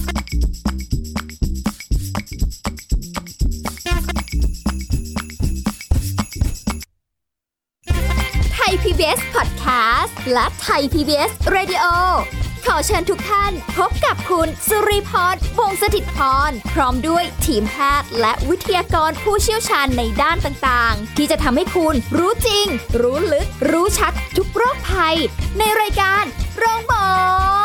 ไทย PBS Podcast และไทย PBS Radio ขอเชิญทุกท่านพบกับคุณสุริพร วงศ์สถิตย์พรพร้อมด้วยทีมแพทย์และวิทยากรผู้เชี่ยวชาญในด้านต่างๆที่จะทำให้คุณรู้จริงรู้ลึกรู้ชัดทุกโรคภัยในรายการโรงหมอ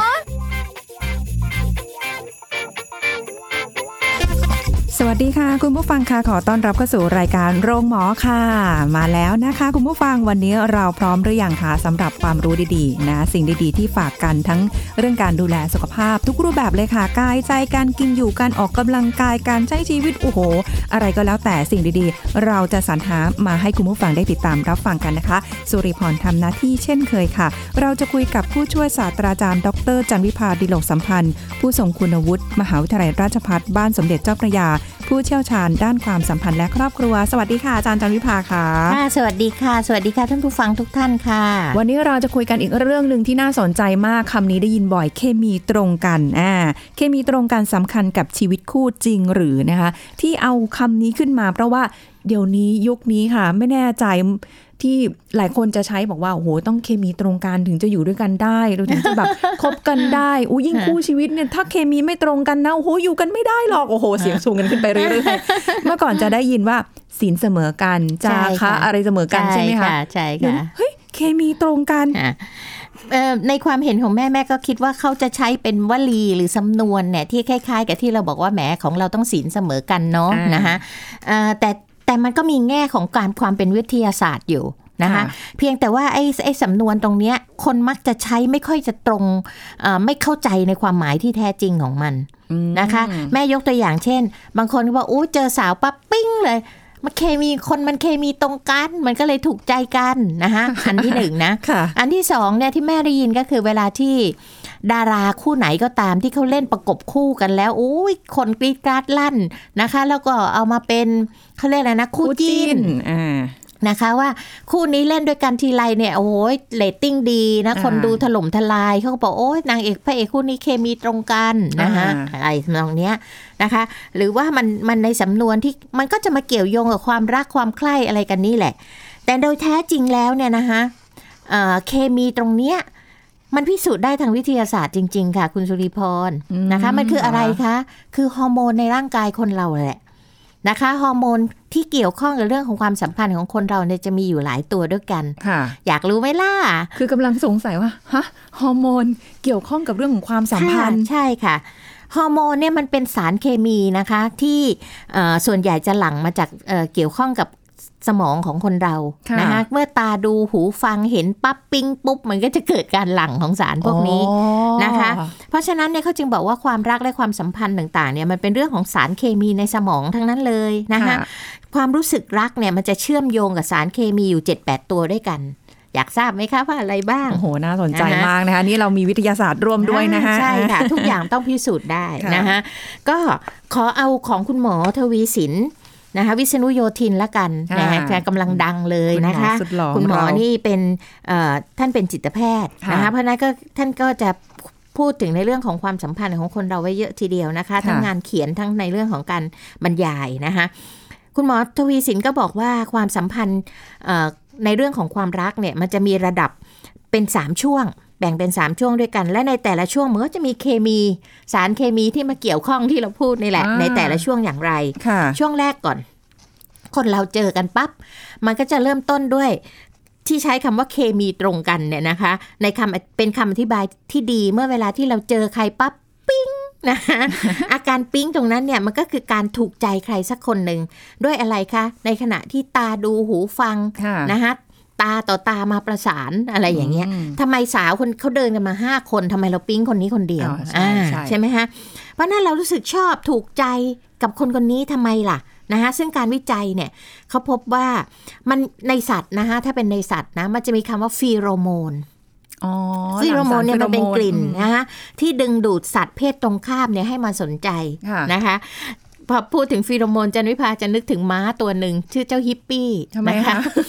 สวัสดีค่ะคุณผู้ฟังค่ะขอต้อนรับเข้าสู่รายการโรงหมอค่ะมาแล้วนะคะคุณผู้ฟังวันนี้เราพร้อมหรือยังคะสำหรับความรู้ดีๆนะสิ่งดีๆที่ฝากกันทั้งเรื่องการดูแลสุขภาพทุกรูปแบบเลยค่ะกายใจการกินอยู่การออกกำลังกายการใช้ชีวิตโอ้โหอะไรก็แล้วแต่สิ่งดีๆเราจะสรรหามาให้คุณผู้ฟังได้ติดตามรับฟังกันนะคะสุริพรทำหน้าที่เช่นเคยค่ะเราจะคุยกับผู้ช่วยศาสตราจารย์ดร.จันวิภา ดิโลกสัมพันธ์ผู้ทรงคุณวุฒิมหาวิทยาลัยราชภัฏบ้านสมเด็จเจ้าพระยาผู้เชี่ยวชาญด้านความสัมพันธ์และครอบครัวสวัสดีค่ะอาจารย์จันวิภาค่ะค่ะสวัสดีค่ะสวัสดีค่ะท่านผู้ฟังทุกท่านค่ะวันนี้เราจะคุยกันอีกเรื่องนึงที่น่าสนใจมากคำนี้ได้ยินบ่อยเคมีตรงกันเคมีตรงกันสำคัญกับชีวิตคู่จริงหรือนะคะที่เอาคำนี้ขึ้นมาเพราะว่าเดี๋ยวนี้ยุคนี้ค่ะไม่แน่ใจที่หลายคนจะใช้บอกว่าโอ้โหต้องเคมีตรงกันถึงจะอยู่ด้วยกันได้เราถึงจะแบบคบกันได้ยิ่งคู่ชีวิตเนี่ยถ้าเคมีไม่ตรงกันนะโอ้โหอยู่กันไม่ได้หรอกโอ้โหเสียงสูงกันขึ้นไปเรื่อยๆเมื่อก่อนจะได้ยินว่าศีลเสมอกันจาคะอะไรเสมอกันใช่ไหมคะใช่ค่ะเฮ้ยเคมีตรงกันในความเห็นของแม่ก็คิดว่าเขาจะใช้เป็นวลีหรือสำนวนเนี่ยที่คล้ายๆกับที่เราบอกว่าแหมของเราต้องศีลเสมอกันเนาะนะคะแต่มันก็มีแง่ของความเป็นวิทยาศาสตร์อยู่นะคะเพียงแต่ว่าไอ้สำนวนตรงเนี้ยคนมักจะใช้ไม่ค่อยจะตรงไม่เข้าใจในความหมายที่แท้จริงของมันนะคะแม่ยกตัวอย่างเช่นบางคนก็บอกโอ้เจอสาวปั๊บปิ้งเลยมันเคมีตรงกันมันก็เลยถูกใจกันนะคะอันที่หนึ่งนะ อันที่สองเนี่ยที่แม่ได้ยินก็คือเวลาที่ดาราคู่ไหนก็ตามที่เขาเล่นประกบคู่กันแล้วโอ้ยคนกรี๊ดกราดลั่นนะคะแล้วก็เอามาเป็นเขาเรียกอะไรนะคู่จิ้นนะคะว่าคู่นี้เล่นด้วยกันทีไรเนี่ยโอ้ยเรตติ้งดีนะคนดูถล่มทลายเขาก็บอกโอ้ยนางเอกพระเอกคู่นี้เคมีตรงกันนะคะอะไรทำนองเนี้ยนะคะหรือว่ามันในสำนวนที่มันก็จะมาเกี่ยวโยงกับความรักความใคร่อะไรกันนี่แหละแต่โดยแท้จริงแล้วเนี่ยนะคะเคมีตรงเนี้ยมันพิสูจน์ได้ทางวิทยาศาสตร์จริงๆค่ะคุณสุริพรนะคะมันคืออะไรคะคือฮอร์โมนในร่างกายคนเราแหละนะคะฮอร์โมนที่เกี่ยวข้องกับเรื่องของความสัมพันธ์ของคนเราเนี่ยจะมีอยู่หลายตัวด้วยกันอยากรู้ไหมล่ะคือกำลังสงสัยว่าฮะฮอร์โมนเกี่ยวข้องกับเรื่องของความสัมพันธ์ใช่ค่ะฮอร์โมนเนี่ยมันเป็นสารเคมีนะคะที่ส่วนใหญ่จะหลั่งมาจากเกี่ยวข้องกับสมองของคนเรานะคะเมื่อตาดูหูฟังเห็นปั๊บปิ๊งปุ๊บมันก็จะเกิดการหลั่งของสารพวกนี้นะคะเพราะฉะนั้นเนี่ยเขาจึงบอกว่าความรักและความสัมพันธ์ต่างๆเนี่ยมันเป็นเรื่องของสารเคมีในสมองทั้งนั้นเลยนะคะความรู้สึกรักเนี่ยมันจะเชื่อมโยงกับสารเคมีอยู่ 7-8 ตัวด้วยกันอยากทราบไหมคะว่าอะไรบ้างโอ้โหน่าสนใจมากนะคะนี่เรามีวิทยาศาสตร์ร่วมด้วยนะคะใช่ค่ะทุกอย่างต้องพิสูจน์ได้นะคะก็ขอเอาของคุณหมอทวีสินนะคะวิษณุโยธินละกันนะคะกำลังดังเลยนะคะคุณหมอนี่เป็นท่านเป็นจิตแพทย์นะคะเพราะนั้นก็ท่านก็จะพูดถึงในเรื่องของความสัมพันธ์ของคนเราไว้เยอะทีเดียวนะคะทั้งงานเขียนทั้งในเรื่องของการบรรยายนะคะคุณหมอทวีสินก็บอกว่าความสัมพันธ์ในเรื่องของความรักเนี่ยมันจะมีระดับเป็น3ช่วงแบ่งเป็น3ช่วงด้วยกันและในแต่ละช่วงมันก็จะมีเคมีสารเคมีที่มาเกี่ยวข้องที่เราพูดนี่แหละในแต่ละช่วงอย่างไรช่วงแรกก่อนคนเราเจอกันปั๊บมันก็จะเริ่มต้นด้วยที่ใช้คำว่าเคมีตรงกันเนี่ยนะคะในคำเป็นคำอธิบายที่ดีเมื่อเวลาที่เราเจอใครปั๊บปิ๊งนะคะอาการปิ๊งตรงนั้นเนี่ยมันก็คือการถูกใจใครสักคนหนึ่งด้วยอะไรคะในขณะที่ตาดูหูฟังนะคะตาต่อตามาประสานอะไรอย่างเงี้ยทำไมสาวคนเขาเดินกันมา5คนทำไมเราปิ๊งคนนี้คนเดียวใช่ไหมคะเพราะนั้นเรารู้สึกชอบถูกใจกับคนคนนี้ทำไมล่ะนะคะซึ่งการวิจัยเนี่ยเขาพบว่ามันในสัตว์นะคะถ้าเป็นในสัตว์นะมันจะมีคำว่าฟีโรโมนฟีโรโมนเนี่ยมันเป็นกลิ่นนะคะที่ดึงดูดสัตว์เพศตรงข้ามเนี่ยให้มาสนใจนะคะพอพูดถึงฟีโรโมนจันวิภาจะนึกถึงม้าตัวหนึ่งชื่อเจ้าฮิปปี้นะคะจ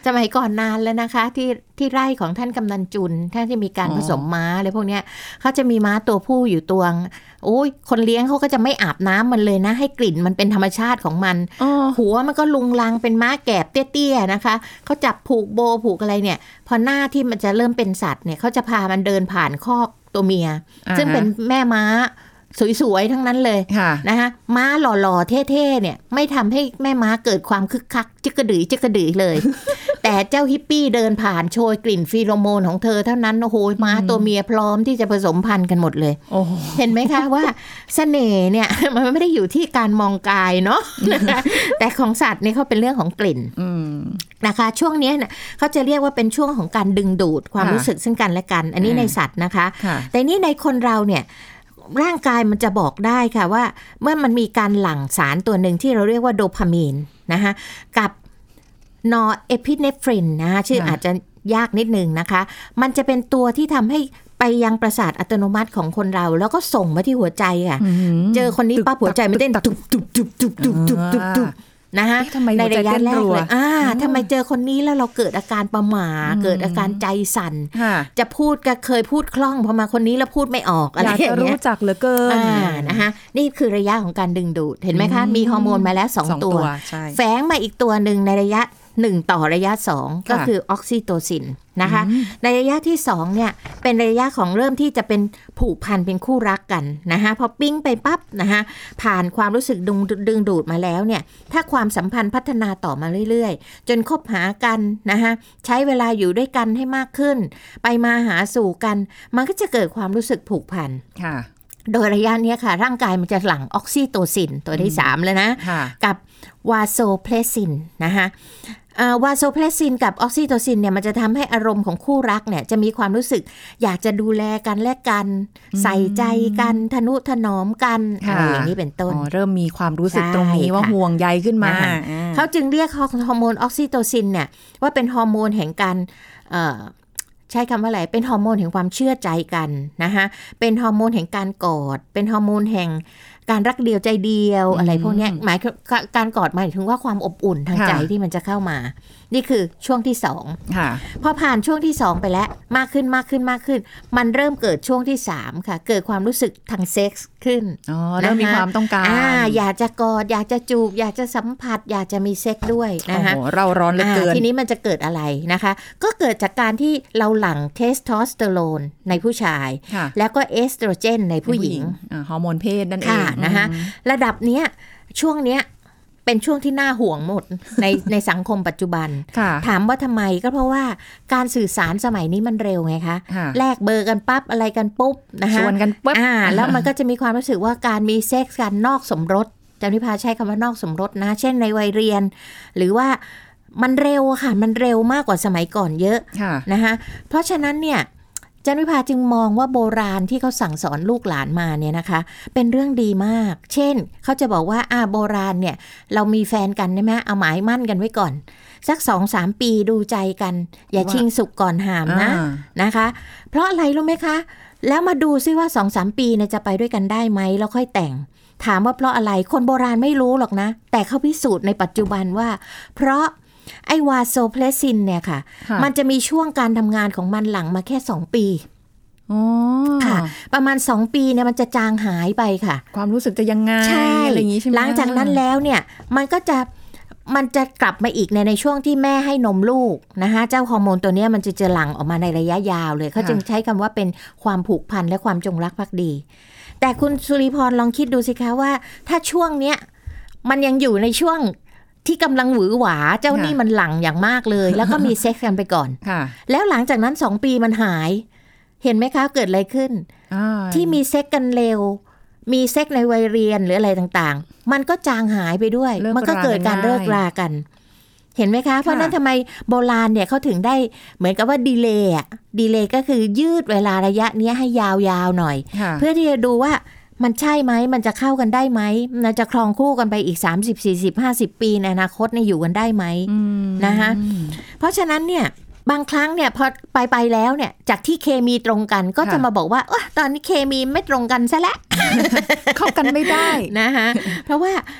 สมัยก่อนนานแล้วนะคะที่ไร่ของท่านกำนันจุนท่านที่มีการผสมม้าอะไรพวกเนี้ยเขาจะมีม้าตัวผู้อยู่ตัวโอ้ยคนเลี้ยงเขาก็จะไม่อาบน้ำมันเลยนะให้กลิ่นมันเป็นธรรมชาติของมันหัวมันก็ลุงลังเป็นม้าแกบเตี้ยๆนะคะเขาจับผูกโบผูกอะไรเนี่ยพอหน้าที่มันจะเริ่มเป็นสัตว์เนี่ยเขาจะพามันเดินผ่านคอกตัวเมียซึ่งเป็นแม่ม้าสวยๆทั้งนั้นเลยนะคะม้าหล่อๆเท่ๆเนี่ยไม่ทำให้แม่ม้าเกิดความคึกคักจึกกระดือจึกกระดือเลย แต่เจ้าฮิปปี้เดินผ่านโชยกลิ่นฟีโรโมนของเธอเท่านั้นโอ้โหม้าตัวเมียพร้อมที่จะผสมพันธุ์กันหมดเลยเห็นไหมคะว่าเสน่ห์เนี่ยมันไม่ได้อยู่ที่การมองกายเนาะ แต่ของสัตว์เนี่ยเขาเป็นเรื่องของกลิ่นนะคะช่วงนี้เนี่ยเขาจะเรียกว่าเป็นช่วงของการดึงดูดความรู้สึกซึ่งกันและกันอันนี้ในสัตว์นะคะแต่นี่ในคนเราเนี่ยร่างกายมันจะบอกได้ค่ะว่าเมื่อมันมีการหลั่งสารตัวหนึ่งที่เราเรียกว่าโดพามีนนะคะกับนอร์เอพิเนฟรินนะคะชื่ออาจจะยากนิดนึงนะคะมันจะเป็นตัวที่ทำให้ไปยังประสาทอัตโนมัติของคนเราแล้วก็ส่งมาที่หัวใจค่ะเจอคนนี้ปั๊บหัวใจมันเต้นตุบตุบตุบตุบตุบตุบตุบตุบนะคะในระยะแรกเลยทำไมเจอคนนี้แล้วเราเกิดอาการประหม่าเกิดอาการใจสั่นจะพูดก็เคยพูดคล่องพอมาคนนี้แล้วพูดไม่ออกอะไรอย่างเงี้ยรู้จักเหลือเกินนะคะนี่คือระยะของการดึงดูดเห็นไหมคะมีฮอร์โมนมาแล้ว2ตัวแฝงมาอีกตัวหนึ่งในระยะ1ต่อระยะ2ก็คือออกซิโตซินนะคะในระยะที่2เนี่ยเป็นระยะของเริ่มที่จะเป็นผูกพันเป็นคู่รักกันนะคะพอปิ้งไปปั๊บนะคะผ่านความรู้สึกดึงดูดมาแล้วเนี่ยถ้าความสัมพันธ์พัฒนาต่อมาเรื่อยๆจนคบหากันนะคะใช้เวลาอยู่ด้วยกันให้มากขึ้นไปมาหาสู่กันมันก็จะเกิดความรู้สึกผูกพันโดยระยะนี้ค่ะร่างกายมันจะหลั่งออกซิโตซินตัวที่3เลยนะกับวาโซเพรสซินนะคะวาโซเพรสซินกับออกซิโตซินเนี่ยมันจะทำให้อารมณ์ของคู่รักเนี่ยจะมีความรู้สึกอยากจะดูแลกันและกันใส่ใจกันทนุถนอมกันอะไรอย่างนี้เป็นต้นเริ่มมีความรู้สึกตรงนี้ว่าห่วงใยขึ้นมาเขาจึงเรียกฮอร์โมนออกซิโตซินเนี่ยว่าเป็นฮอร์โมนแห่งการใช้คำว่าอะไรเป็นฮอร์โมนแห่งความเชื่อใจกันนะคะเป็นฮอร์โมนแห่งการกอดเป็นฮอร์โมนแห่งการรักเดียวใจเดียวอะไรพวกนี้หมายการกอดหมายถึงว่าความอบอุ่นทางใจที่มันจะเข้ามานี่คือช่วงที่2พอผ่านช่วงที่2ไปแล้วมากขึ้นมันเริ่มเกิดช่วงที่3ค่ะเกิดความรู้สึกทางเซ็กส์ขึ้นเริ่มมีความต้องการอยากจะกอดอยากจะจูบอยากจะสัมผัสอยากจะมีเซ็กส์ด้วยนะคะเราร้อนเหลือเกินทีนี้มันจะเกิดอะไรนะคะก็เกิดจากการที่เราหลั่งเทสโทสเตอโรนในผู้ชายแล้วก็เอสโตรเจนในผู้หญิงฮอร์โมนเพศนั่นเองนะคะระดับเนี้ยช่วงเนี้ยเป็นช่วงที่น่าห่วงหมดในสังคมปัจจุบันถามว่าทำไมก็เพราะว่าการสื่อสารสมัยนี้มันเร็วไงคะแลกเบอร์กันปั๊บอะไรกันปุ๊บนะคะชวนกันปุ๊บแล้วมันก็จะมีความรู้สึกว่าการมีเซ็กส์กันนอกสมรสจำนิพาใช้คำว่านอกสมรสนะเช่นในวัยเรียนหรือว่ามันเร็วค่ะมันเร็วมากกว่าสมัยก่อนเยอะนะคะเพราะฉะนั้นเนี่ยจันวิภาจึงมองว่าโบราณที่เขาสั่งสอนลูกหลานมาเนี่ยนะคะเป็นเรื่องดีมากเช่นเขาจะบอกว่าโบราณเนี่ยเรามีแฟนกันใช่ไหมเอาหมายมั่นกันไว้ก่อนสัก 2-3 ปีดูใจกันอย่าชิงสุกก่อนหามนะคะเพราะอะไรรู้ไหมคะแล้วมาดูซิว่า 2-3 ปีเนี่ยจะไปด้วยกันได้ไหมแล้วค่อยแต่งถามว่าเพราะอะไรคนโบราณไม่รู้หรอกนะแต่เขาพิสูจน์ในปัจจุบันว่าเพราะไอวาโซเพรสซินเนี่ยค่ะมันจะมีช่วงการทำงานของมันหลังมาแค่2 ปีค่ะประมาณ2 ปีเนี่ยมันจะจางหายไปค่ะความรู้สึกจะยังไงอะไรอย่างนี้ใช่ไหมหลังจากนั้นแล้วเนี่ยมันจะกลับมาอีกในช่วงที่แม่ให้นมลูกนะคะเจ้าฮอร์โมนตัวนี้มันจะหลั่งออกมาในระยะยาวเลยเขาจึงใช้คำว่าเป็นความผูกพันและความจงรักภักดีแต่คุณสุริพรลองคิดดูสิคะว่าถ้าช่วงเนี้ยมันยังอยู่ในช่วงที่กำลังหวือหวาเจ้านี่มันหลั่งอย่างมากเลยแล้วก็มีเซ็กซ์กันไปก่อนแล้วหลังจากนั้น2 ปีมันหายเห็นไหมคะเกิดอะไรขึ้นที่มีเซ็กซ์กันเร็วมีเซ็กซ์ในวัยเรียนหรืออะไรต่างๆมันก็จางหายไปด้วยมันก็เกิดการเลิกรากันเห็นไหมคะเพราะนั้นทำไมโบราณเนี่ยเขาถึงได้เหมือนกับว่าดีเลย์ก็คือยืดเวลาระยะนี้ให้ยาวๆหน่อยเพื่อที่จะดูว่ามันใช่ไหมมันจะเข้ากันได้ไหมมันจะครองคู่กันไปอีก30 40 50 ปีในอนาคตเนี่ยอยู่กันได้ไหมนะคะเพราะฉะนั้นเนี่ยบางครั้งเนี่ยพอไปแล้วเนี่ยจากที่เคมีตรงกันก็จะมาบอกว่าตอนนี้เคมีไม่ตรงกันซะแล้วเข้ากันไม่ได้นะคะเพราะว่า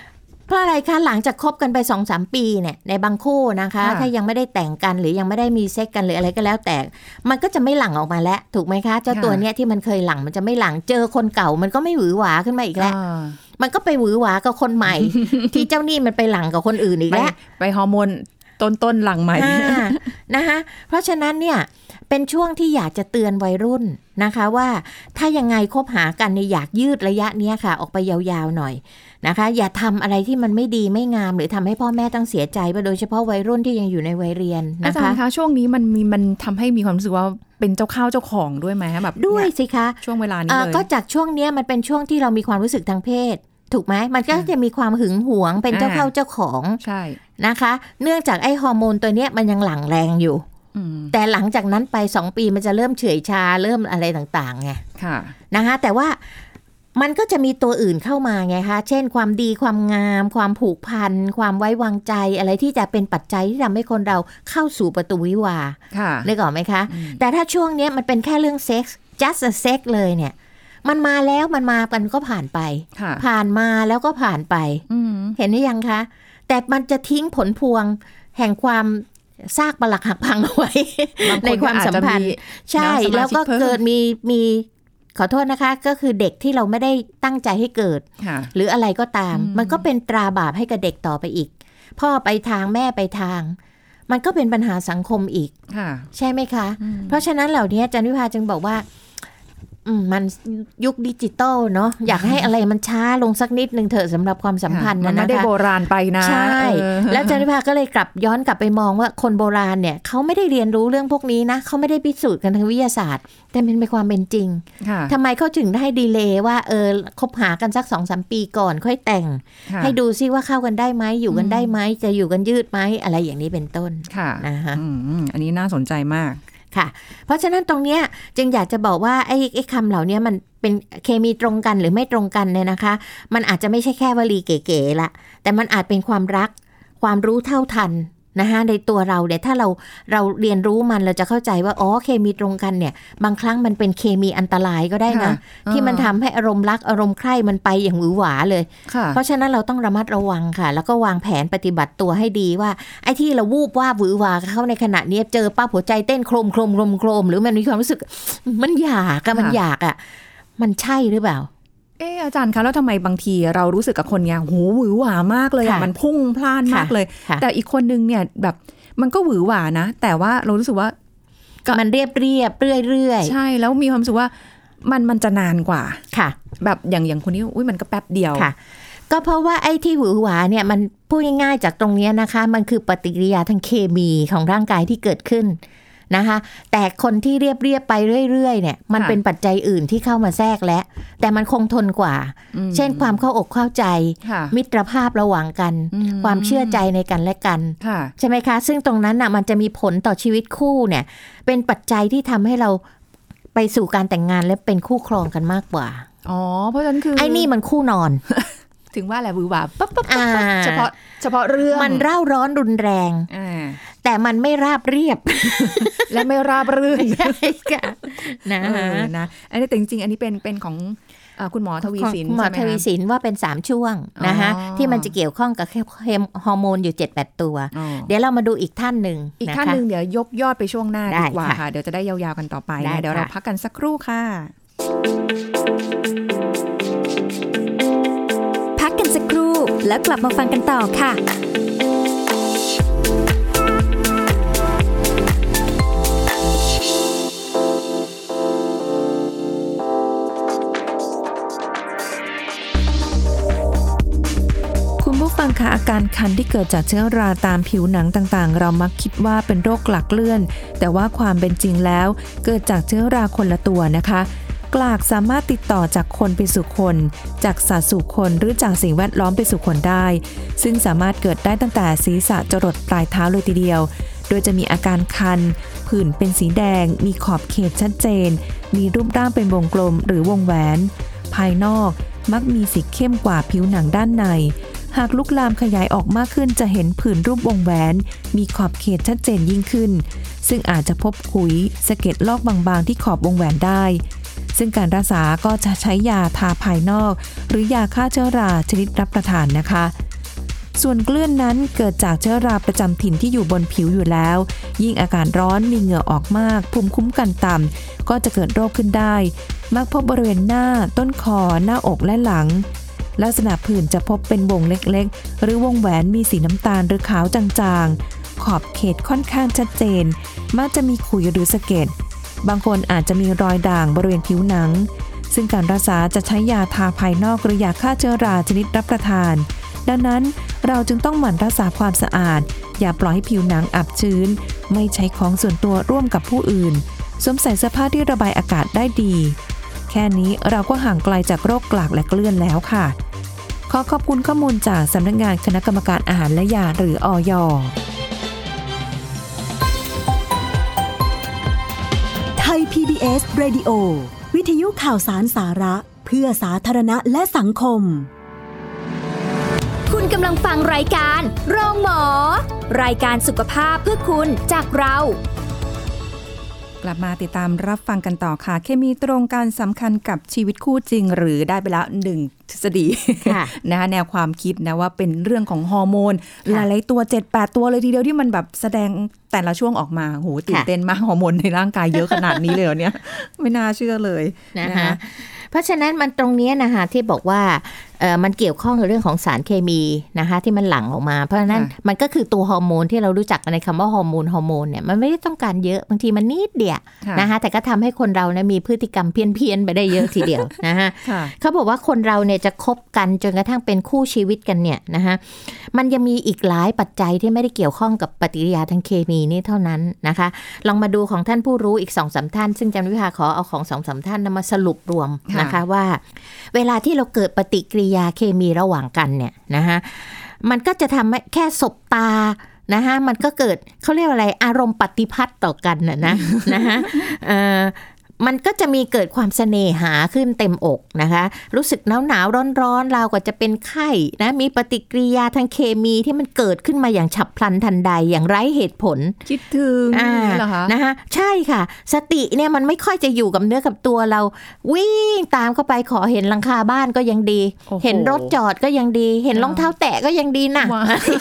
เพราะอะไรคะหลังจากคบกันไป 2-3 ปีเนี่ยในบางคู่นะคะถ้ายังไม่ได้แต่งกันหรือยังไม่ได้มีเซ็กกันหรืออะไรก็แล้วแต่มันก็จะไม่หลั่งออกมาแล้วถูกไหมคะเจ้าตัวเนี้ยที่มันเคยหลั่งมันจะไม่หลั่งเจอคนเก่ามันก็ไม่หวือหวาขึ้นมาอีกแล้วมันก็ไปหวือหวากับคนใหม่ ที่เจ้านี่มันไปหลั่งกับคนอื่นอีกแล้วไปฮอร์โมนต้นหลั่งใหม่นะคะเพราะฉะนั้นเนี่ยเป็นช่วงที่อยากจะเตือนวัยรุ่นนะคะว่าถ้ายังไงคบหากันเนี่ยอยากยืดระยะนี้ค่ะออกไปยาวๆหน่อยนะคะอย่าทำอะไรที่มันไม่ดีไม่งามหรือทำให้พ่อแม่ต้องเสียใจโดยเฉพาะวัยรุ่นที่ยังอยู่ในวัยเรียนนะคะอาจารย์คะช่วงนี้มันทำให้มีความรู้สึกว่าเป็นเจ้าข้าวเจ้าของด้วยไหมแบบด้วยสิคะช่วงเวลานี้เลยก็จากช่วงนี้มันเป็นช่วงที่เรามีความรู้สึกทางเพศถูกไหมมันก็จะมีความหึงหวงเป็นเจ้าเข้าเจ้าของใช่นะคะเนื่องจากไอ้ฮอร์โมนตัวเนี้ยมันยังหลั่งแรงอยู่แต่หลังจากนั้นไป2 ปีมันจะเริ่มเฉื่อยชาเริ่มอะไรต่างๆไงนะคะแต่ว่ามันก็จะมีตัวอื่นเข้ามาไงคะเช่นความดีความงามความผูกพันความไว้วางใจอะไรที่จะเป็นปัจจัยที่ทำให้คนเราเข้าสู่ประตูวิวาห์ได้ก่อนไหมคะแต่ถ้าช่วงนี้มันเป็นแค่เรื่องเซ็กส์ just a sex เลยเนี่ยมันมาแล้วมันมากันก็ผ่านไปผ่านมาแล้วก็ผ่านไปเห็นหรือยังคะแต่มันจะทิ้งผลพวงแห่งความซากปรักหักพังเอาไว้ในความสัมพันธ์ใช่แล้วก็เกิดมีขอโทษนะคะก็คือเด็กที่เราไม่ได้ตั้งใจให้เกิดหรืออะไรก็ตามมันก็เป็นตราบาปให้กับเด็กต่อไปอีกพ่อไปทางแม่ไปทางมันก็เป็นปัญหาสังคมอีกใช่ไหมคะเพราะฉะนั้นเหล่านี้จันวิภาจึงบอกว่ามันยุคดิจิตอลเนาะอยากให้อะไรมันช้าลงสักนิดนึงเถอะสำหรับความสัมพันธ์มันไม่ได้โบราณไปนะใช่แล้วจันวิภาก็เลยย้อนกลับไปมองว่าคนโบราณเนี่ยเขาไม่ได้เรียนรู้เรื่องพวกนี้นะเขาไม่ได้พิสูจน์กันทางวิทยาศาสตร์แต่เป็นความเป็นจริงทำไมเขาถึงได้ดีเลย์ว่าคบหากันสัก 2-3 ปีก่อนค่อยแต่งให้ดูซิว่าเข้ากันได้ไหมอยู่กันได้ไหมจะอยู่กันยืดไหมอะไรอย่างนี้เป็นต้นนะคะอันนี้น่าสนใจมากค่ะเพราะฉะนั้นตรงเนี้ยจึงอยากจะบอกว่าไอ้คำเหล่านี้มันเป็นเคมีตรงกันหรือไม่ตรงกันเนี่ยนะคะมันอาจจะไม่ใช่แค่วลีเก๋ๆละแต่มันอาจเป็นความรักความรู้เท่าทันนะคะในตัวเราเนี่ยถ้าเราเรียนรู้มันเราจะเข้าใจว่าเคมีตรงกันเนี่ยบางครั้งมันเป็นเคมีอันตรายก็ได้นะที่มันทำให้อารมณ์รักอารมณ์ใคร่มันไปอย่างหวือหวาเลยเพราะฉะนั้นเราต้องระมัดระวังค่ะแล้วก็วางแผนปฏิบัติตัวให้ดีว่าไอ้ที่เราวูบว่าหวือหวาเข้าในขณะนี้เจอป้าหัวใจเต้นโครมโครมโครมโครมหรือมันมีความรู้สึกมันอยากมันใช่หรือเปล่าอาจารย์คะแล้วทำไมบางทีเรารู้สึกกับคนเนี้ยหวือหวามากเลยมันพุ่งพล่านมากเลยแต่อีกคนนึงเนี่ยแบบมันก็หวือหวานะแต่ว่าเรารู้สึกว่ามันเรื่อยใช่แล้วมีความรู้สึกว่ามันจะนานกว่าค่ะแบบอย่างคนนี้มันก็แป๊บเดียวค่ะก็เพราะว่าไอ้ที่หวือหวาเนี่ยมันพูดง่ายๆจากตรงนี้นะคะมันคือปฏิกิริยาทางเคมีของร่างกายที่เกิดขึ้นนะคะแต่คนที่เรียบไปเรื่อยๆเนี่ยมันเป็นปัจจัยอื่นที่เข้ามาแทรกแล้วแต่มันคงทนกว่าเช่นความเข้าอกเข้าใจมิตรภาพระหว่างกันความเชื่อใจในกันและกันใช่ไหมคะซึ่งตรงนั้นน่ะมันจะมีผลต่อชีวิตคู่เนี่ยเป็นปัจจัยที่ทำให้เราไปสู่การแต่งงานและเป็นคู่ครองกันมากกว่าเพราะฉะนั้นคือไอ้นี่มันคู่นอนถึงว่าแหละหวือหวาปั๊บเฉพาะเรื่องมันเร่าร้อนรุนแรงแต่มันไม่ราบเรียบและไม่ราบรื่นนะอันนี้แต่จริงๆอันนี้เป็นของคุณหมอทวีสินคุณหมอทวีสินว่าเป็น3ช่วงนะคะที่มันจะเกี่ยวข้องกับฮอร์โมนอยู่ 7-8 ตัวเดี๋ยวเรามาดูอีกท่านหนึ่งอีกท่านหนึ่งเดี๋ยวยกยอดไปช่วงหน้าดีกว่าค่ะเดี๋ยวจะได้ยาวๆกันต่อไปเดี๋ยวเราพักกันสักครู่ค่ะพักกันสักครู่แล้วกลับมาฟังกันต่อค่ะฟังค่ะอาการคันที่เกิดจากเชื้อราตามผิวหนังต่างๆเรามักคิดว่าเป็นโรคกลากเลื่อนแต่ว่าความเป็นจริงแล้วเกิดจากเชื้อราคนละตัวนะคะกลากสามารถติดต่อจากคนไปสู่คนจากสัตว์สู่คนหรือจากสิ่งแวดล้อมไปสู่คนได้ซึ่งสามารถเกิดได้ตั้งแต่ศีรษะจรดปลายเท้าเลยทีเดียวโดยจะมีอาการคันผื่นเป็นสีแดงมีขอบเขตชัดเจนมีรูปร่างเป็นวงกลมหรือวงแหวนภายนอกมักมีสีเข้มกว่าผิวหนังด้านในหากลุกลามขยายออกมากขึ้นจะเห็นผื่นรูปวงแหวนมีขอบเขตชัดเจนยิ่งขึ้นซึ่งอาจจะพบขุยสะเก็ดลอกบางๆที่ขอบวงแหวนได้ซึ่งการรักษาก็จะใช้ยาทาภายนอกหรือยาฆ่าเชื้อราชนิดรับประทานนะคะส่วนเกลื่อนนั้นเกิดจากเชื้อราประจำถิ่นที่อยู่บนผิวอยู่แล้วยิ่งอากาศร้อนมีเหงื่อออกมากภูมิคุ้มกันต่ำก็จะเกิดโรคขึ้นได้มักพบบริเวณหน้าต้นคอหน้าอกและหลังลักษณะผื่นจะพบเป็นวงเล็กๆหรือวงแหวนมีสีน้ำตาลหรือขาวจางๆขอบเขตค่อนข้างชัดเจนมักจะมีขุยหรือสะเก็ดบางคนอาจจะมีรอยด่างบริเวณผิวหนังซึ่งการรักษาจะใช้ยาทาภายนอกหรือยาฆ่าเชื้อราชนิดรับประทานดังนั้นเราจึงต้องหมั่นรักษาความสะอาดอย่าปล่อยให้ผิวหนังอับชื้นไม่ใช้ของส่วนตัวร่วมกับผู้อื่นสวมใส่เสื้อผ้าที่ระบายอากาศได้ดีแค่นี้เราก็ห่างไกลจากโรคกลากและเกลื่อนแล้วค่ะขอขอบคุณข้อมูลจากสำนักงานคณะกรรมการอาหารและยาหรืออย. ไทย PBS Radio วิทยุข่าวสารสาระเพื่อสาธารณะและสังคมคุณกำลังฟังรายการโรงหมอรายการสุขภาพเพื่อคุณจากเรากลับมาติดตามรับฟังกันต่อค่ะเคมีตรงกันสำคัญกับชีวิตคู่จริงหรือได้ไปแล้ว1ทฤษฎีนะคะแนวความคิดนะว่าเป็นเรื่องของฮอร์โมนหลายๆตัว 7-8 ตัวเลยทีเดียวที่มันแบบแสดงแต่ละช่วงออกมาโหตื่นเต้นมากฮอร์โมนในร่างกายเยอะขนาดนี้เลยเนี่ยไม่น่าเชื่อเลยนะคะเพราะฉะนั้นมันตรงนี้นะคะที่บอกว่ามันเกี่ยวข้องกับเรื่องของสารเคมีนะคะที่มันหลั่งออกมาเพราะฉะนั้นมันก็คือตัวฮอร์โมนที่เรารู้จักในคำว่าฮอร์โมนเนี่ยมันไม่ได้ต้องการเยอะบางทีมันนิดเดียวนะคะแต่ก็ทำให้คนเรานะมีพฤติกรรมเพี้ยนไปได้เยอะทีเดียวนะคะเขาบอกว่าคนเราเนี่ยจะคบกันจนกระทั่งเป็นคู่ชีวิตกันเนี่ยนะคะมันยังมีอีกหลายปัจจัยที่ไม่ได้เกี่ยวข้องกับปฏิกิริยาทางเคมีนี่เท่านั้นนะคะลองมาดูของท่านผู้รู้อีก 2-3 ท่านซึ่งจันวิภาขอเอาของ 2-3 ท่านมาสรุปรวมนะคะว่าเวลาที่เราเกิดปฏิกิริยาเคมีระหว่างกันเนี่ยนะคะมันก็จะทำให้แค่สบตานะคะมันก็เกิดเขาเรียกอะไรอารมณ์ปฏิพัทธ์ต่อกันนะคะมันก็จะมีเกิดความเสน่หาขึ้นเต็มอกนะคะรู้สึกหนาวร้อนราวกับจะเป็นไข้นะมีปฏิกิริยาทางเคมีที่มันเกิดขึ้นมาอย่างฉับพลันทันใดอย่างไร้เหตุผลคิดถึงเหรอคะนะคะใช่ค่ะสติเนี่ยมันไม่ค่อยจะอยู่กับเนื้อกับตัวเราวิ่งตามเข้าไปขอเห็นหลังคาบ้านก็ยังดีเห็นรถจอดก็ยังดีเห็นรองเท้าแตะก็ยังดีนะ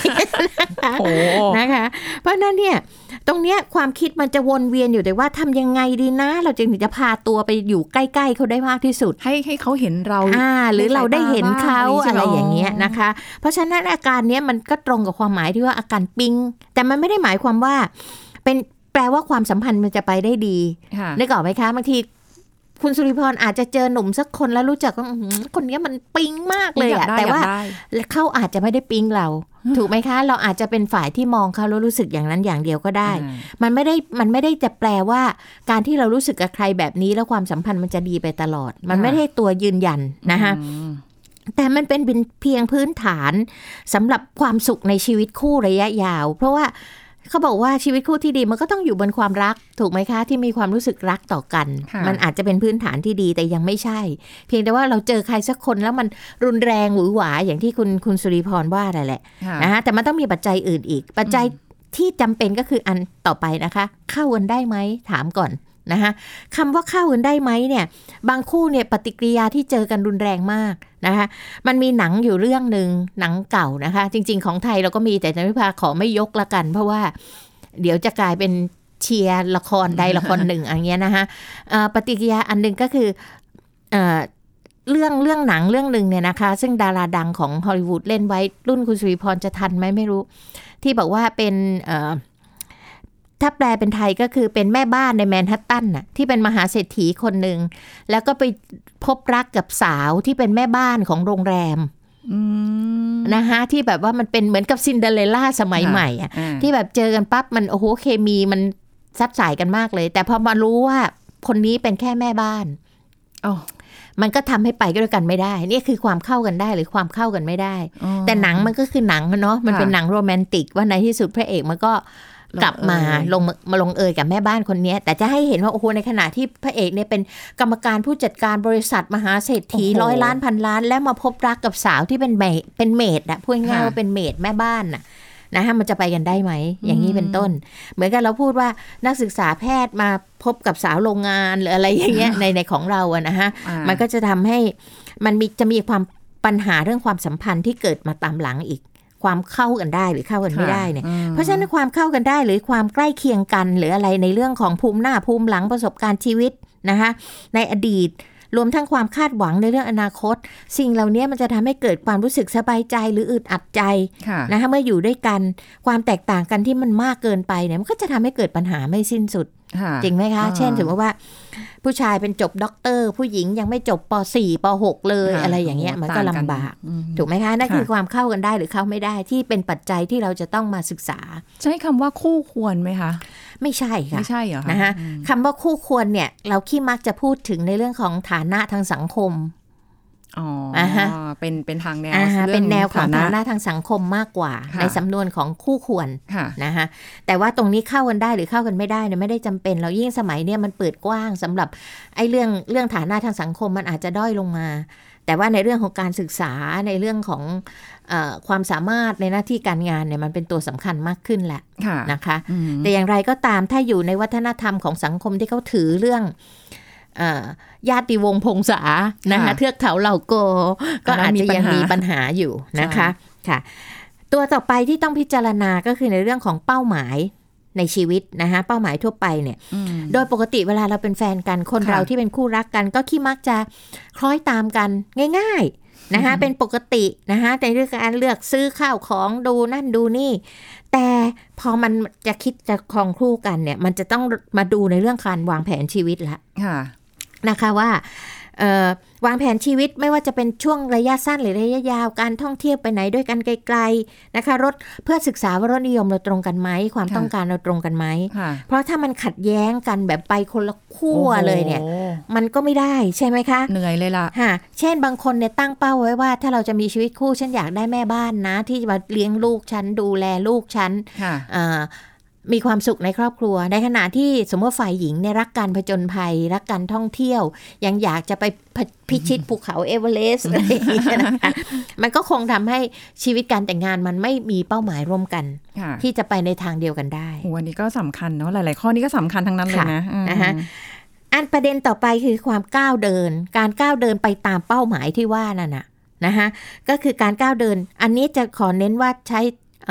นะคะเพราะนั้นเนี่ยตรงเนี้ยความคิดมันจะวนเวียนอยู่แต่ว่าทำยังไงดีนะเราจึงจะพาตัวไปอยู่ใกล้ๆเขาได้มากที่สุดให้เขาเห็นเราหรือเราได้เห็นเขาอะไรอย่างเงี้ยนะคะเพราะฉะนั้นอาการเนี้ยมันก็ตรงกับความหมายที่ว่าอาการปิ๊งแต่มันไม่ได้หมายความว่าเป็นแปลว่าความสัมพันธ์มันจะไปได้ดีนึกออกไหมคะบางทีคุณสุริพรอาจจะเจอหนุ่มสักคนแล้วรู้จักว่าคนนี้มันปิ๊งมากเลยอะแต่ว่าเขาอาจจะไม่ได้ปิ๊งเราถูกไหมคะเราอาจจะเป็นฝ่ายที่มองเขาแล้วรู้สึกอย่างนั้นอย่างเดียวก็ได้มันไม่ได้จะแปลว่าการที่เรารู้สึกกับใครแบบนี้แล้วความสัมพันธ์มันจะดีไปตลอดมันไม่ได้ตัวยืนยันนะคะแต่มันเป็นเพียงพื้นฐานสำหรับความสุขในชีวิตคู่ระยะยาวเพราะว่าเขาบอกว่าชีวิตคู่ที่ดีมันก็ต้องอยู่บนความรักถูกไหมคะที่มีความรู้สึกรักต่อกันมันอาจจะเป็นพื้นฐานที่ดีแต่ยังไม่ใช่เพียงแต่ว่าเราเจอใครสักคนแล้วมันรุนแรงหวือหวาอย่างที่คุณสุริพรว่าแหละนะคะแต่มันต้องมีปัจจัยอื่นอีกปัจจัยที่จำเป็นก็คืออันต่อไปนะคะเข้ากันได้ไหมถามก่อนนะคะคำว่าเข้ากันได้ไหมเนี่ยบางคู่เนี่ยปฏิกิริยาที่เจอกันรุนแรงมากนะคะมันมีหนังอยู่เรื่องนึงหนังเก่านะคะจริงๆของไทยเราก็มีแต่จันวิภาขอไม่ยกละกันเพราะว่าเดี๋ยวจะกลายเป็นเชียร์ละครใดละครหนึ่งอย่างเงี้ยนะคะปฏิกิริยาอันนึงก็คือเรื่องหนังเรื่องนึงเนี่ยนะคะซึ่งดาราดังของฮอลลีวูดเล่นไว้รุ่นคุณสุริพรจะทันไหมไม่รู้ที่บอกว่าเป็นถ้าแปลเป็นไทยก็คือเป็นแม่บ้านในแมนฮัตตันน่ะที่เป็นมหาเศรษฐีคนหนึ่งแล้วก็ไปพบรักกับสาวที่เป็นแม่บ้านของโรงแรมนะคะที่แบบว่ามันเป็นเหมือนกับซินเดอเรลล่าสมัยใหม่อ่ะที่แบบเจอกันปั๊บมันโอ้โหเคมีมันซับสายกันมากเลยแต่พอมารู้ว่าคนนี้เป็นแค่แม่บ้านมันก็ทำให้ไปด้วยกันไม่ได้นี่คือความเข้ากันได้หรือความเข้ากันไม่ได้แต่หนังมันก็คือหนังเนาะมันเป็นหนังโรแมนติกว่าในที่สุดพระเอกมันก็กลับมาลงเอยกับแม่บ้านคนนี้แต่จะให้เห็นว่าโอ้โหในขณะที่พระเอกเนี่ยเป็นกรรมการผู้จัดการบริษัทมหาเศรษฐี100 ล้านพันล้านแล้วมาพบรักกับสาวที่เป็นเมดอะพูดง่ายๆว่าเป็นเมดแม่บ้านน่ะนะฮะมันจะไปกันได้ไหมอย่างนี้เป็นต้นเหมือนกันเราพูดว่านักศึกษาแพทย์มาพบกับสาวโรงงานหรืออะไรอย่างเงี้ยในของเราอะนะฮะมันก็จะทำให้มันจะมีความปัญหาเรื่องความสัมพันธ์ที่เกิดมาตามหลังอีกความเข้ากันได้หรือเข้ากันไม่ได้เนี่ยเพราะฉะนั้นความเข้ากันได้หรือความใกล้เคียงกันหรืออะไรในเรื่องของภูมิหน้าภูมิหลังประสบการณ์ชีวิตนะคะในอดีตรวมทั้งความคาดหวังในเรื่องอนาคตสิ่งเหล่านี้มันจะทำให้เกิดความรู้สึกสบายใจหรืออึดอัดใจนะคะเมื่ออยู่ด้วยกันความแตกต่างกันที่มันมากเกินไปเนี่ยมันก็จะทำให้เกิดปัญหาไม่สิ้นสุดจริงไหมคะเช่นสมมติว่าผู้ชายเป็นจบด็อกเตอร์ผู้หญิงยังไม่จบป.4 ป.6 เลยอะไรอย่างเงี้ยมันก็ลำบากถูกไหมคะนั่นคือความเข้ากันได้หรือเข้าไม่ได้ที่เป็นปัจจัยที่เราจะต้องมาศึกษาใช้คำว่าคู่ควรไหมคะไม่ใช่ค่ะไม่ใช่เหรอคะนะคะคำว่าคู่ควรเนี่ยเราขี้มักจะพูดถึงในเรื่องของฐานะทางสังคมเป็นทางแนวเป็นแนวของฐานะทางสังคมมากกว่าในสำนวนของคู่ควรนะคะแต่ว่าตรงนี้เข้ากันได้หรือเข้ากันไม่ได้เนี่ยไม่ได้จำเป็นเรายิ่งสมัยเนี่ยมันเปิดกว้างสำหรับไอ้เรื่องฐานะทางสังคมมันอาจจะด้อยลงมาแต่ว่าในเรื่องของการศึกษาในเรื่องของความสามารถในหน้าที่การงานเนี่ยมันเป็นตัวสำคัญมากขึ้นแหละนะคะแต่อย่างไรก็ตามถ้าอยู่ในวัฒนธรรมของสังคมที่เขาถือเรื่องญาติวงศ์พงษานะคะเทือกเขาเหล่าโกก็อาจจะยังมีปัญหาอยู่นะคะค่ะตัวต่อไปที่ต้องพิจารณาก็คือในเรื่องของเป้าหมายในชีวิตนะคะเป้าหมายทั่วไปเนี่ยโดยปกติเวลาเราเป็นแฟนกันคนเราที่เป็นคู่รักกันก็ขี้มักจะคล้อยตามกันง่ายๆนะคะเป็นปกตินะคะในเรื่องการเลือกซื้อข้าวของดูนั่นดูนี่แต่พอมันจะคิดจะครองคู่กันเนี่ยมันจะต้องมาดูในเรื่องการวางแผนชีวิตละนะคะว่าวางแผนชีวิตไม่ว่าจะเป็นช่วงระยะสั้นหรือระยะยาวการท่องเที่ยวไปไหนด้วยกันไกลๆนะคะเพื่อศึกษาว่ารสนิยมเราตรงกันไหมความต้องการเราตรงกันไหมเพราะถ้ามันขัดแย้งกันแบบไปคนละขั้วเลยเนี่ยมันก็ไม่ได้ใช่ไหมคะเหนื่อยเลยล่ะเช่นบางคนเนี่ยตั้งเป้าไว้ว่าถ้าเราจะมีชีวิตคู่ฉันอยากได้แม่บ้านนะที่จะมาเลี้ยงลูกฉันดูแลลูกฉันมีความสุขในครอบครัวในขณะที่สมมติฝ่ายหญิงเนี่ยรักการผจญภัยรักการท่องเที่ยวยังอยากจะไปพิชิตภูเขาเอเวอเรสต์อะไรอย่างเงี้ยนะคะมันก็คงทำให้ชีวิตการแต่งงานมันไม่มีเป้าหมายร่วมกันที่จะไปในทางเดียวกันได้วันนี้ก็สำคัญเนาะหลายๆข้อนี้ก็สำคัญทั้งนั้นเลยนะคะอันประเด็นต่อไปคือความก้าวเดินการก้าวเดินไปตามเป้าหมายที่ว่านั่นน่ะนะคะก็คือการก้าวเดินอันนี้จะขอเน้นว่าใช้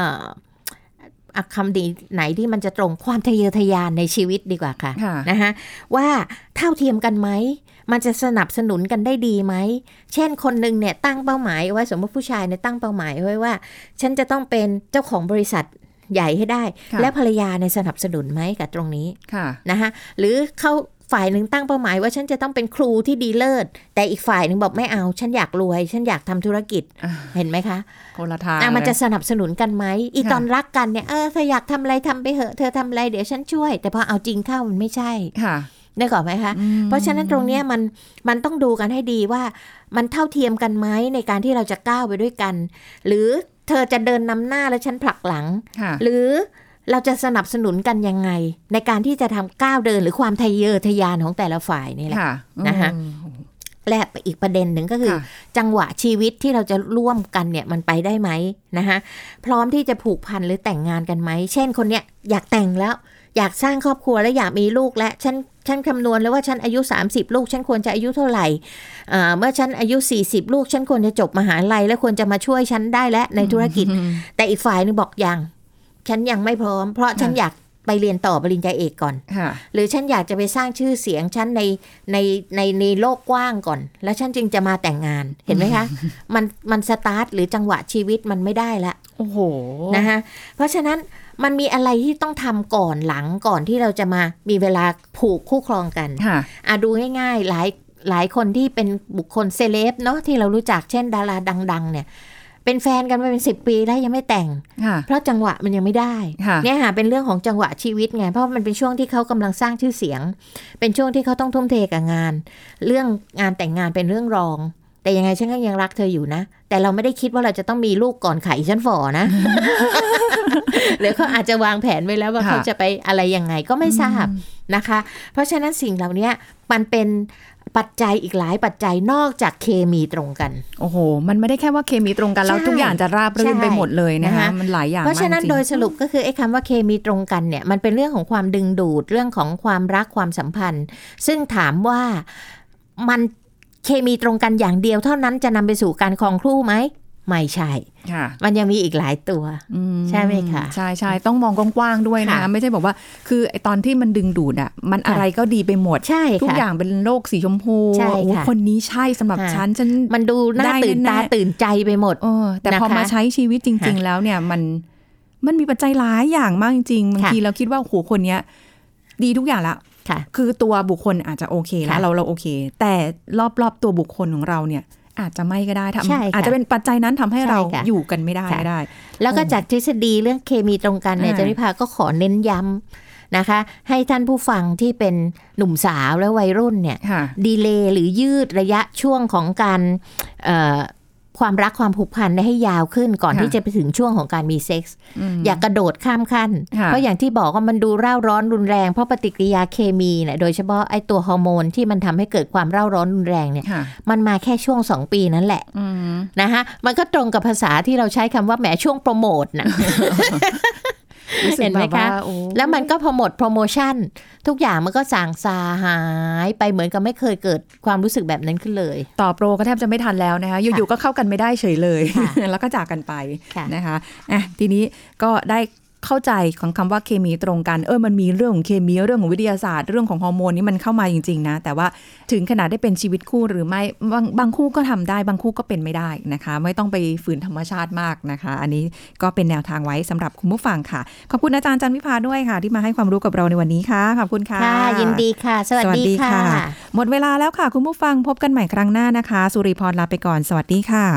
คำดีไหนที่มันจะตรงความทะเยอทะยานในชีวิตดีกว่าค่ะนะคะว่าเท่าเทียมกันไหมมันจะสนับสนุนกันได้ดีไหมเช่นคนนึงเนี่ยตั้งเป้าหมายไว้สมมติผู้ชายเนี่ยตั้งเป้าหมายไว้ว่าฉันจะต้องเป็นเจ้าของบริษัทใหญ่ให้ได้และภรรยาในสนับสนุนไหมกับตรงนี้นะคะหรือเขาฝ่ายหนึ่งตั้งเป้าหมายว่าฉันจะต้องเป็นครูที่ดีเลิศแต่อีกฝ่ายหนึ่งบอกไม่เอาฉันอยากรวยฉันอยากทำธุรกิจเห็นไหมคะคนละทางมันจะสนับสนุนกันไหมอีตอนรักกันเนี่ยเธออยากทำอะไรทำไปเหอะเธอทำอะไรเดี๋ยวฉันช่วยแต่พอเอาจริงเข้ามันไม่ใช่ได้ก่อนไหมคะเพราะฉะนั้นตรงนี้มันต้องดูกันให้ดีว่ามันเท่าเทียมกันไหมในการที่เราจะก้าวไปด้วยกันหรือเธอจะเดินนำหน้าแล้วฉันผลักหลังหรือเราจะสนับสนุนกันยังไงในการที่จะทำก้าวเดินหรือความทะเยอทะยานของแต่ละฝ่ายนี่แหละนะคะและอีกประเด็นหนึ่งก็คือจังหวะชีวิตที่เราจะร่วมกันเนี่ยมันไปได้ไหมนะคะพร้อมที่จะผูกพันหรือแต่งงานกันไหมเช่นคนเนี้ยอยากแต่งแล้วอยากสร้างครอบครัวแล้วอยากมีลูกและฉันคำนวณแล้วว่าฉันอายุ30ลูกฉันควรจะอายุเท่าไหร่เมื่อฉันอายุ40ลูกฉันควรจะจบมหาลัยและควรจะมาช่วยฉันได้และในธุรกิจแต่อีกฝ่ายนึงบอกยังฉันยังไม่พร้อมเพราะฉันอยากไปเรียนต่อปริญญาเอกก่อนหรือฉันอยากจะไปสร้างชื่อเสียงฉันในโลกกว้างก่อนแล้วฉันจึงจะมาแต่งงานเห็นไหมคะ มันสตาร์ทหรือจังหวะชีวิตมันไม่ได้ละโอ้โหนะคะเพราะฉะนั้นมันมีอะไรที่ต้องทำก่อนหลังก่อนที่เราจะมามีเวลาผูกคู่ครองกันดูง่ายๆหลายคนที่เป็นบุคคลเซเลบเนาะที่เรารู้จักเช่นดาราดังๆเนี่ยเป็นแฟนกันมาเป็น10 ปีแล้วยังไม่แต่งเพราะจังหวะมันยังไม่ได้เนี่ยค่ะเป็นเรื่องของจังหวะชีวิตไงเพราะมันเป็นช่วงที่เขากำลังสร้างชื่อเสียงเป็นช่วงที่เขาต้องทุ่มเทกับงานเรื่องงานแต่งงานเป็นเรื่องรองแต่ยังไงฉันก็ยังรักเธออยู่นะแต่เราไม่ได้คิดว่าเราจะต้องมีลูกก่อนไข่ฉันฝ่อนะ หรือเขาอาจจะวางแผนไว้แล้วว่าเขาจะไปอะไรยังไงก็ไม่ทราบนะคะเพราะฉะนั้นสิ่งเหล่านี้มันเป็นปัจจัยอีกหลายปัจจัยนอกจากเคมีตรงกันโอ้โหมันไม่ได้แค่ว่าเคมีตรงกันแล้วทุกอย่างจะราบรื่นไปหมดเลยนะคะมันหลายอย่างเพราะฉะนั้นโดยสรุปก็คือไอ้คำว่าเคมีตรงกันเนี่ยมันเป็นเรื่องของความดึงดูดเรื่องของความรักความสัมพันธ์ซึ่งถามว่ามันเคมีตรงกันอย่างเดียวเท่านั้นจะนำไปสู่การครองคู่ไหมไม่ใช่มันยังมีอีกหลายตัวใช่ไหมคะใช่ใช่ต้องมองกว้างๆด้วยนะไม่ใช่บอกว่าคือไอตอนที่มันดึงดูดอ่ะมันอะไรก็ดีไปหมดทุกอย่างเป็นโลกสีชมพูคนนี้ใช่สำหรับฉันมันดูน่าตื่นตาตื่นใจไปหมดแต่พอมาใช้ชีวิตจริงๆแล้วเนี่ยมันมีปัจจัยหลายอย่างมากจริงๆบางทีเราคิดว่าโหคนเนี้ยดีทุกอย่างละคือตัวบุคคลอาจจะโอเคแล้วเราโอเคแต่รอบๆตัวบุคคลของเราเนี่ยอาจจะไม่ก็ได้อาจจะเป็นปัจจัยนั้นทำให้เราอยู่กันไม่ได้ก็ได้แล้วก็จากทฤษฎีเรื่องเคมีตรงกันเนี่ยจริภาก็ขอเน้นย้ำนะคะให้ท่านผู้ฟังที่เป็นหนุ่มสาวและวัยรุ่นเนี่ยดีเลย์หรือยืดระยะช่วงของการความรักความผูกพันให้ยาวขึ้นก่อนที่จะไปถึงช่วงของการมีเซ็กส์อย่ากระโดดข้ามขั้นเพราะอย่างที่บอกว่ามันดูเร่าร้อนรุนแรงเพราะปฏิกิริยาเคมีเนี่ยโดยเฉพาะไอ้ตัวฮอร์โมนที่มันทำให้เกิดความเร่าร้อนรุนแรงเนี่ยมันมาแค่ช่วง2 ปีนั่นแหละนะคะมันก็ตรงกับภาษาที่เราใช้คำว่าแหมช่วงโปรโมทนะเห็นไหมคะแล้วมันก็โปรโมชั่นทุกอย่างมันก็สางซาหายไปเหมือนกับไม่เคยเกิดความรู้สึกแบบนั้นขึ้นเลยต่อโปรก็แทบจะไม่ทันแล้วนะคะอยู่ๆก็เข้ากันไม่ได้เฉยเลยแล้วก็จากกันไปนะคะทีนี้ก็ได้เข้าใจของคำว่าเคมีตรงกันมันมีเรื่องของเคมีเรื่องของวิทยาศาสตร์เรื่องของฮอร์โมนนี่มันเข้ามาจริงๆนะแต่ว่าถึงขนาดได้เป็นชีวิตคู่หรือไม่บางคู่ก็ทำได้บางคู่ก็เป็นไม่ได้นะคะไม่ต้องไปฝืนธรรมชาติมากนะคะอันนี้ก็เป็นแนวทางไว้สำหรับคุณผู้ฟังค่ะขอบคุณอาจารย์จันวิภาด้วยค่ะที่มาให้ความรู้กับเราในวันนี้ค่ะขอบคุณค่ะยินดีค่ะสวัสดีค่ะหมดเวลาแล้วค่ะคุณผู้ฟังพบกันใหม่ครั้งหน้านะคะสุริพรลาไปก่อนสวัสดีค่ะ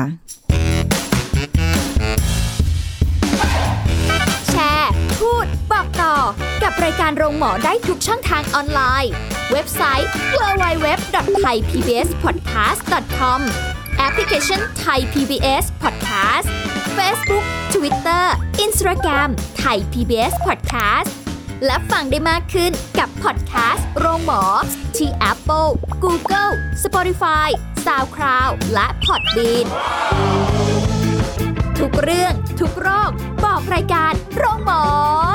พูดบอกต่อกับรายการโรงหมอได้ทุกช่องทางออนไลน์เว็บไซต์ www.thaipbspodcast.com แอปพลิเคชัน Thai PBS Podcast Facebook Twitter Instagram Thai PBS Podcast และฟังได้มากขึ้นกับพอดแคสต์โรงหมอที่ Apple, Google, Spotify, SoundCloud และ Podbeanทุกเรื่องทุกโรคบอกรายการโรงหมอ